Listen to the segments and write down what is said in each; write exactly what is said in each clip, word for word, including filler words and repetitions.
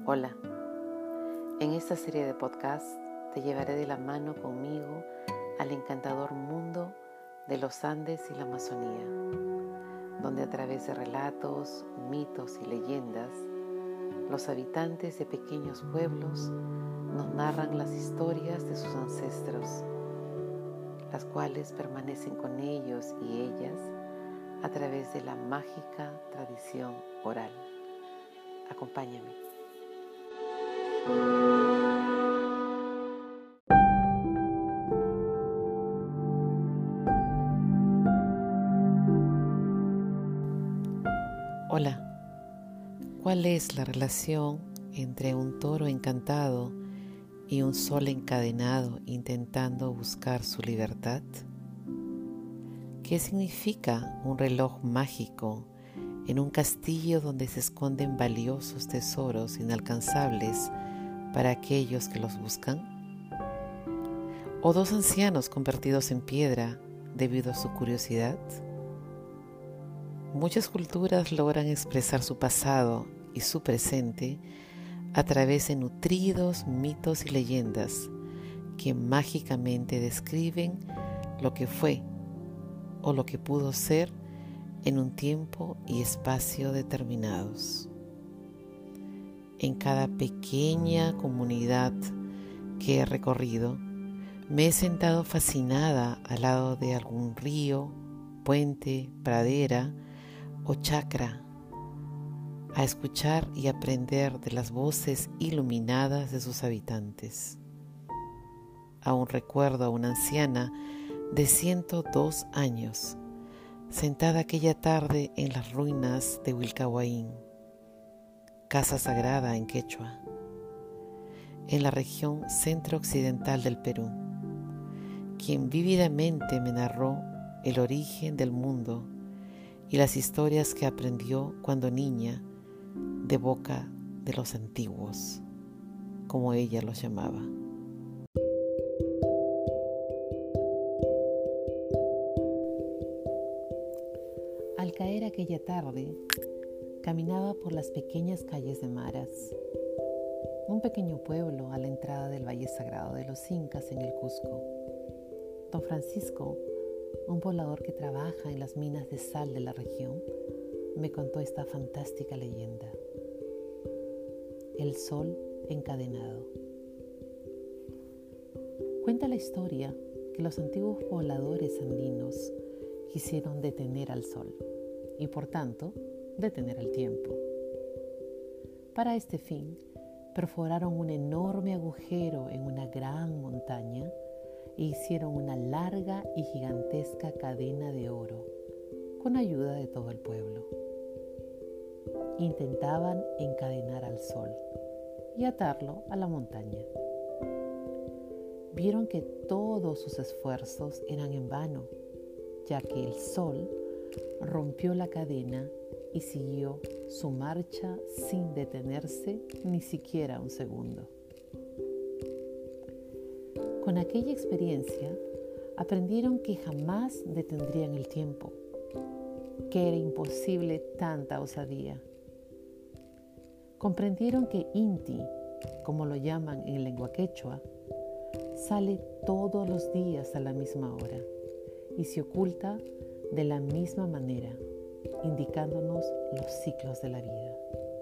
Hola, en esta serie de podcasts te llevaré de la mano conmigo al encantador mundo de los Andes y la Amazonía, donde a través de relatos, mitos y leyendas, los habitantes de pequeños pueblos nos narran las historias de sus ancestros, las cuales permanecen con ellos y ellas a través de la mágica tradición oral. Acompáñame. Hola, ¿cuál es la relación entre un toro encantado y un sol encadenado intentando buscar su libertad? ¿Qué significa un reloj mágico en un castillo donde se esconden valiosos tesoros inalcanzables para aquellos que los buscan? ¿O dos ancianos convertidos en piedra debido a su curiosidad? Muchas culturas logran expresar su pasado y su presente a través de nutridos mitos y leyendas que mágicamente describen lo que fue o lo que pudo ser en un tiempo y espacio determinados. En cada pequeña comunidad que he recorrido, me he sentado fascinada al lado de algún río, puente, pradera o chacra, a escuchar y aprender de las voces iluminadas de sus habitantes. Aún recuerdo a una anciana de ciento dos años, sentada aquella tarde en las ruinas de Huilcahuaín, casa sagrada en quechua, en la región centro-occidental del Perú, quien vívidamente me narró el origen del mundo y las historias que aprendió cuando niña de boca de los antiguos, como ella los llamaba. Al caer aquella tarde, caminaba por las pequeñas calles de Maras, un pequeño pueblo a la entrada del Valle Sagrado de los Incas en el Cusco. Don Francisco, un poblador que trabaja en las minas de sal de la región, me contó esta fantástica leyenda: el sol encadenado. Cuenta la historia que los antiguos pobladores andinos quisieron detener al sol y por tanto detener el tiempo. Para este fin, perforaron un enorme agujero en una gran montaña e hicieron una larga y gigantesca cadena de oro con ayuda de todo el pueblo. Intentaban encadenar al sol y atarlo a la montaña. Vieron que todos sus esfuerzos eran en vano, ya que el sol rompió la cadena y siguió su marcha sin detenerse ni siquiera un segundo. Con aquella experiencia aprendieron que jamás detendrían el tiempo, que era imposible tanta osadía. Comprendieron que Inti, como lo llaman en lengua quechua, sale todos los días a la misma hora y se oculta de la misma manera, indicándonos los ciclos de la vida.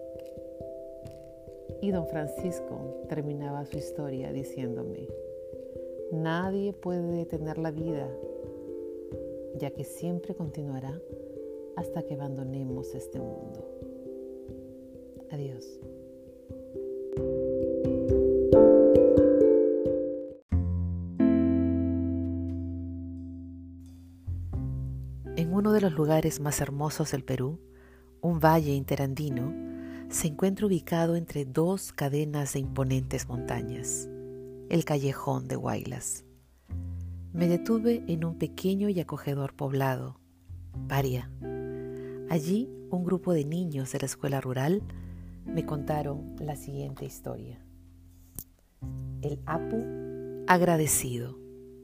Y don Francisco terminaba su historia diciéndome: nadie puede detener la vida, ya que siempre continuará hasta que abandonemos este mundo. Adiós. En uno de los lugares más hermosos del Perú, un valle interandino, se encuentra ubicado entre dos cadenas de imponentes montañas, el Callejón de Huaylas. Me detuve en un pequeño y acogedor poblado, Paria. Allí, un grupo de niños de la escuela rural me contaron la siguiente historia: el Apu agradecido.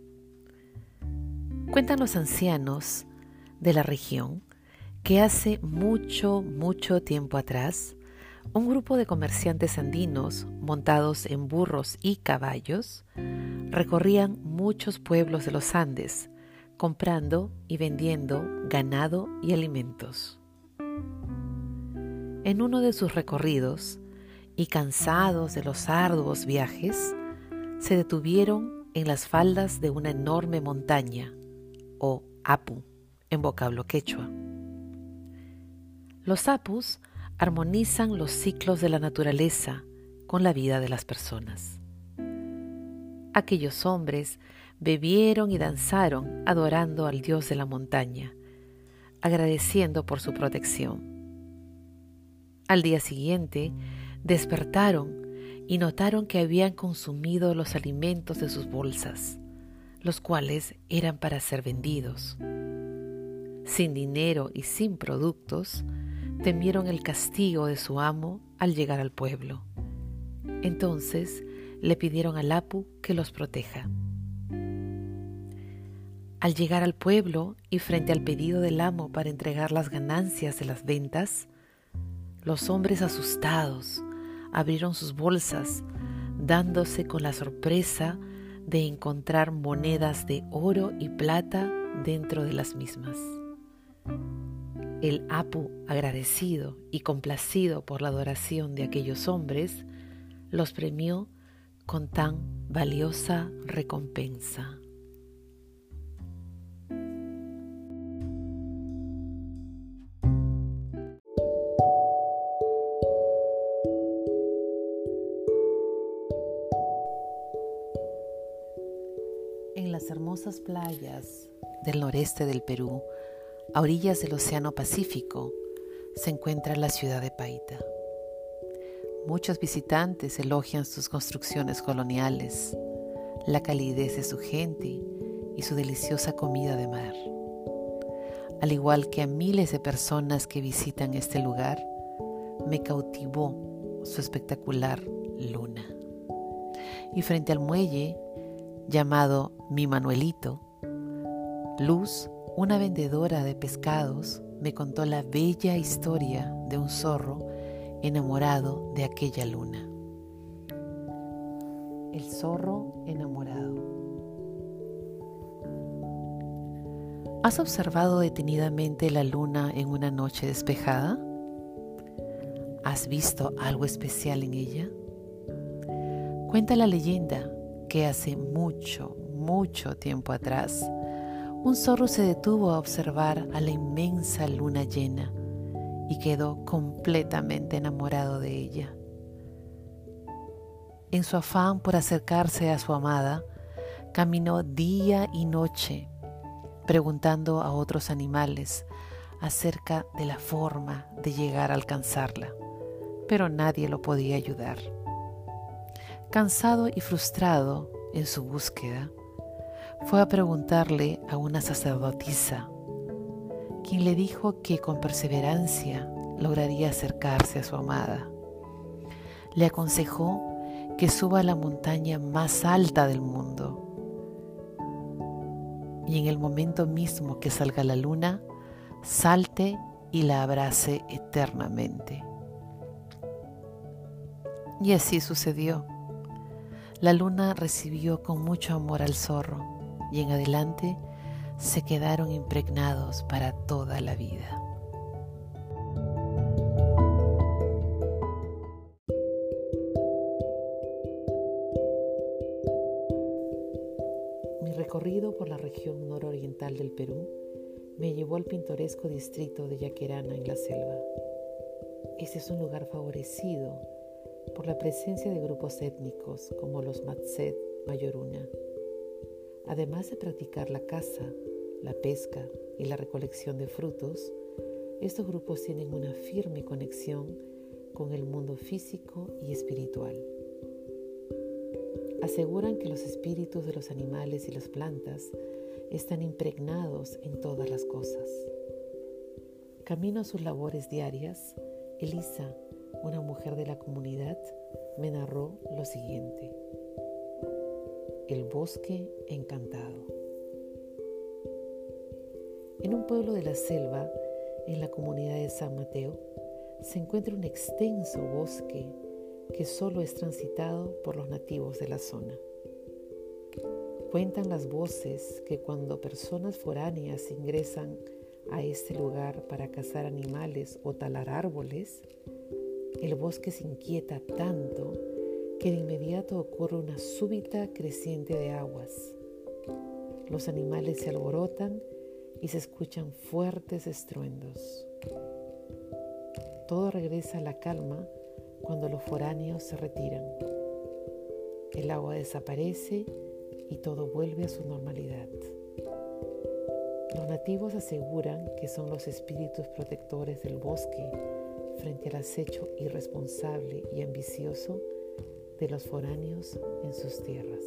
Cuentan los ancianos de la región que hace mucho, mucho tiempo atrás un grupo de comerciantes andinos montados en burros y caballos recorrían muchos pueblos de los Andes, comprando y vendiendo ganado y alimentos. En uno de sus recorridos, y cansados de los arduos viajes, se detuvieron en las faldas de una enorme montaña, o apu, en vocablo quechua. Los apus armonizan los ciclos de la naturaleza con la vida de las personas. Aquellos hombres bebieron y danzaron adorando al dios de la montaña, agradeciendo por su protección. Al día siguiente, despertaron y notaron que habían consumido los alimentos de sus bolsas, los cuales eran para ser vendidos. Sin dinero y sin productos, temieron el castigo de su amo al llegar al pueblo. Entonces le pidieron al apu que los proteja. Al llegar al pueblo y frente al pedido del amo para entregar las ganancias de las ventas, los hombres asustados abrieron sus bolsas, dándose con la sorpresa de encontrar monedas de oro y plata dentro de las mismas. El apu, agradecido y complacido por la adoración de aquellos hombres, los premió con tan valiosa recompensa. En las hermosas playas del noreste del Perú, a orillas del Océano Pacífico, se encuentra la ciudad de Paita. Muchos visitantes elogian sus construcciones coloniales, la calidez de su gente y su deliciosa comida de mar. Al igual que a miles de personas que visitan este lugar, me cautivó su espectacular luna. Y frente al muelle, llamado Mi Manuelito, Luz, una vendedora de pescados, me contó la bella historia de un zorro enamorado de aquella luna. El zorro enamorado. ¿Has observado detenidamente la luna en una noche despejada? ¿Has visto algo especial en ella? Cuenta la leyenda que hace mucho, mucho tiempo atrás, un zorro se detuvo a observar a la inmensa luna llena y quedó completamente enamorado de ella. En su afán por acercarse a su amada, caminó día y noche preguntando a otros animales acerca de la forma de llegar a alcanzarla, pero nadie lo podía ayudar. Cansado y frustrado en su búsqueda, fue a preguntarle a una sacerdotisa, quien le dijo que con perseverancia lograría acercarse a su amada. Le aconsejó que suba a la montaña más alta del mundo y en el momento mismo que salga la luna, salte y la abrace eternamente. Y así sucedió. La luna recibió con mucho amor al zorro y en adelante se quedaron impregnados para toda la vida. Mi recorrido por la región nororiental del Perú me llevó al pintoresco distrito de Yaquerana en la selva. Este es un lugar favorecido por la presencia de grupos étnicos como los Matset Mayoruna. Además de practicar la caza, la pesca y la recolección de frutos, estos grupos tienen una firme conexión con el mundo físico y espiritual. Aseguran que los espíritus de los animales y las plantas están impregnados en todas las cosas. Camino a sus labores diarias, Elisa, una mujer de la comunidad, me narró lo siguiente. El bosque encantado. En un pueblo de la selva, en la comunidad de San Mateo, se encuentra un extenso bosque que solo es transitado por los nativos de la zona. Cuentan las voces que cuando personas foráneas ingresan a este lugar para cazar animales o talar árboles, el bosque se inquieta tanto que de inmediato ocurre una súbita creciente de aguas. Los animales se alborotan y se escuchan fuertes estruendos. Todo regresa a la calma cuando los foráneos se retiran. El agua desaparece y todo vuelve a su normalidad. Los nativos aseguran que son los espíritus protectores del bosque frente al acecho irresponsable y ambicioso de los foráneos en sus tierras.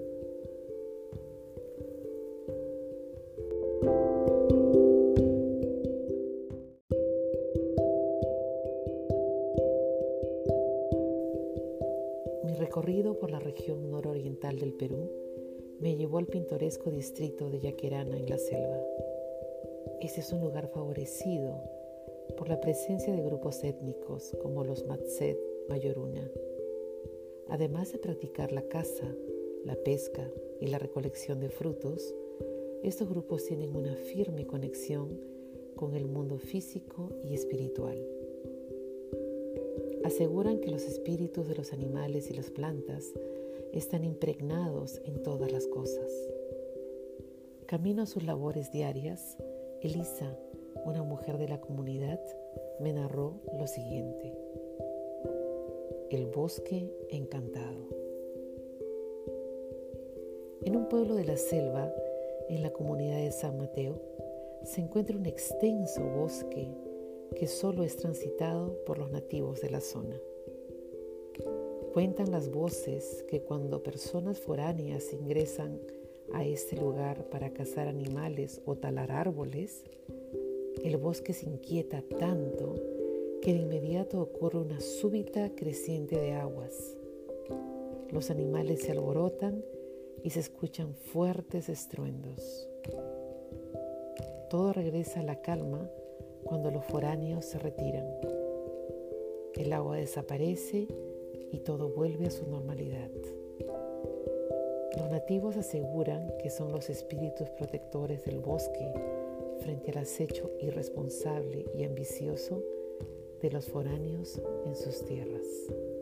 Mi recorrido por la región nororiental del Perú me llevó al pintoresco distrito de Yaquerana en la selva. Este es un lugar favorecido por la presencia de grupos étnicos como los Matset Mayoruna. Además de practicar la caza, la pesca y la recolección de frutos, estos grupos tienen una firme conexión con el mundo físico y espiritual. Aseguran que los espíritus de los animales y las plantas están impregnados en todas las cosas. Camino a sus labores diarias, Elisa, una mujer de la comunidad, me narró lo siguiente: el bosque encantado. En un pueblo de la selva, en la comunidad de San Mateo, se encuentra un extenso bosque que solo es transitado por los nativos de la zona. Cuentan las voces que cuando personas foráneas ingresan a este lugar para cazar animales o talar árboles, el bosque se inquieta tanto que de inmediato ocurre una súbita creciente de aguas. Los animales se alborotan y se escuchan fuertes estruendos. Todo regresa a la calma cuando los foráneos se retiran. El agua desaparece y todo vuelve a su normalidad. Los nativos aseguran que son los espíritus protectores del bosque frente al acecho irresponsable y ambicioso de los foráneos en sus tierras.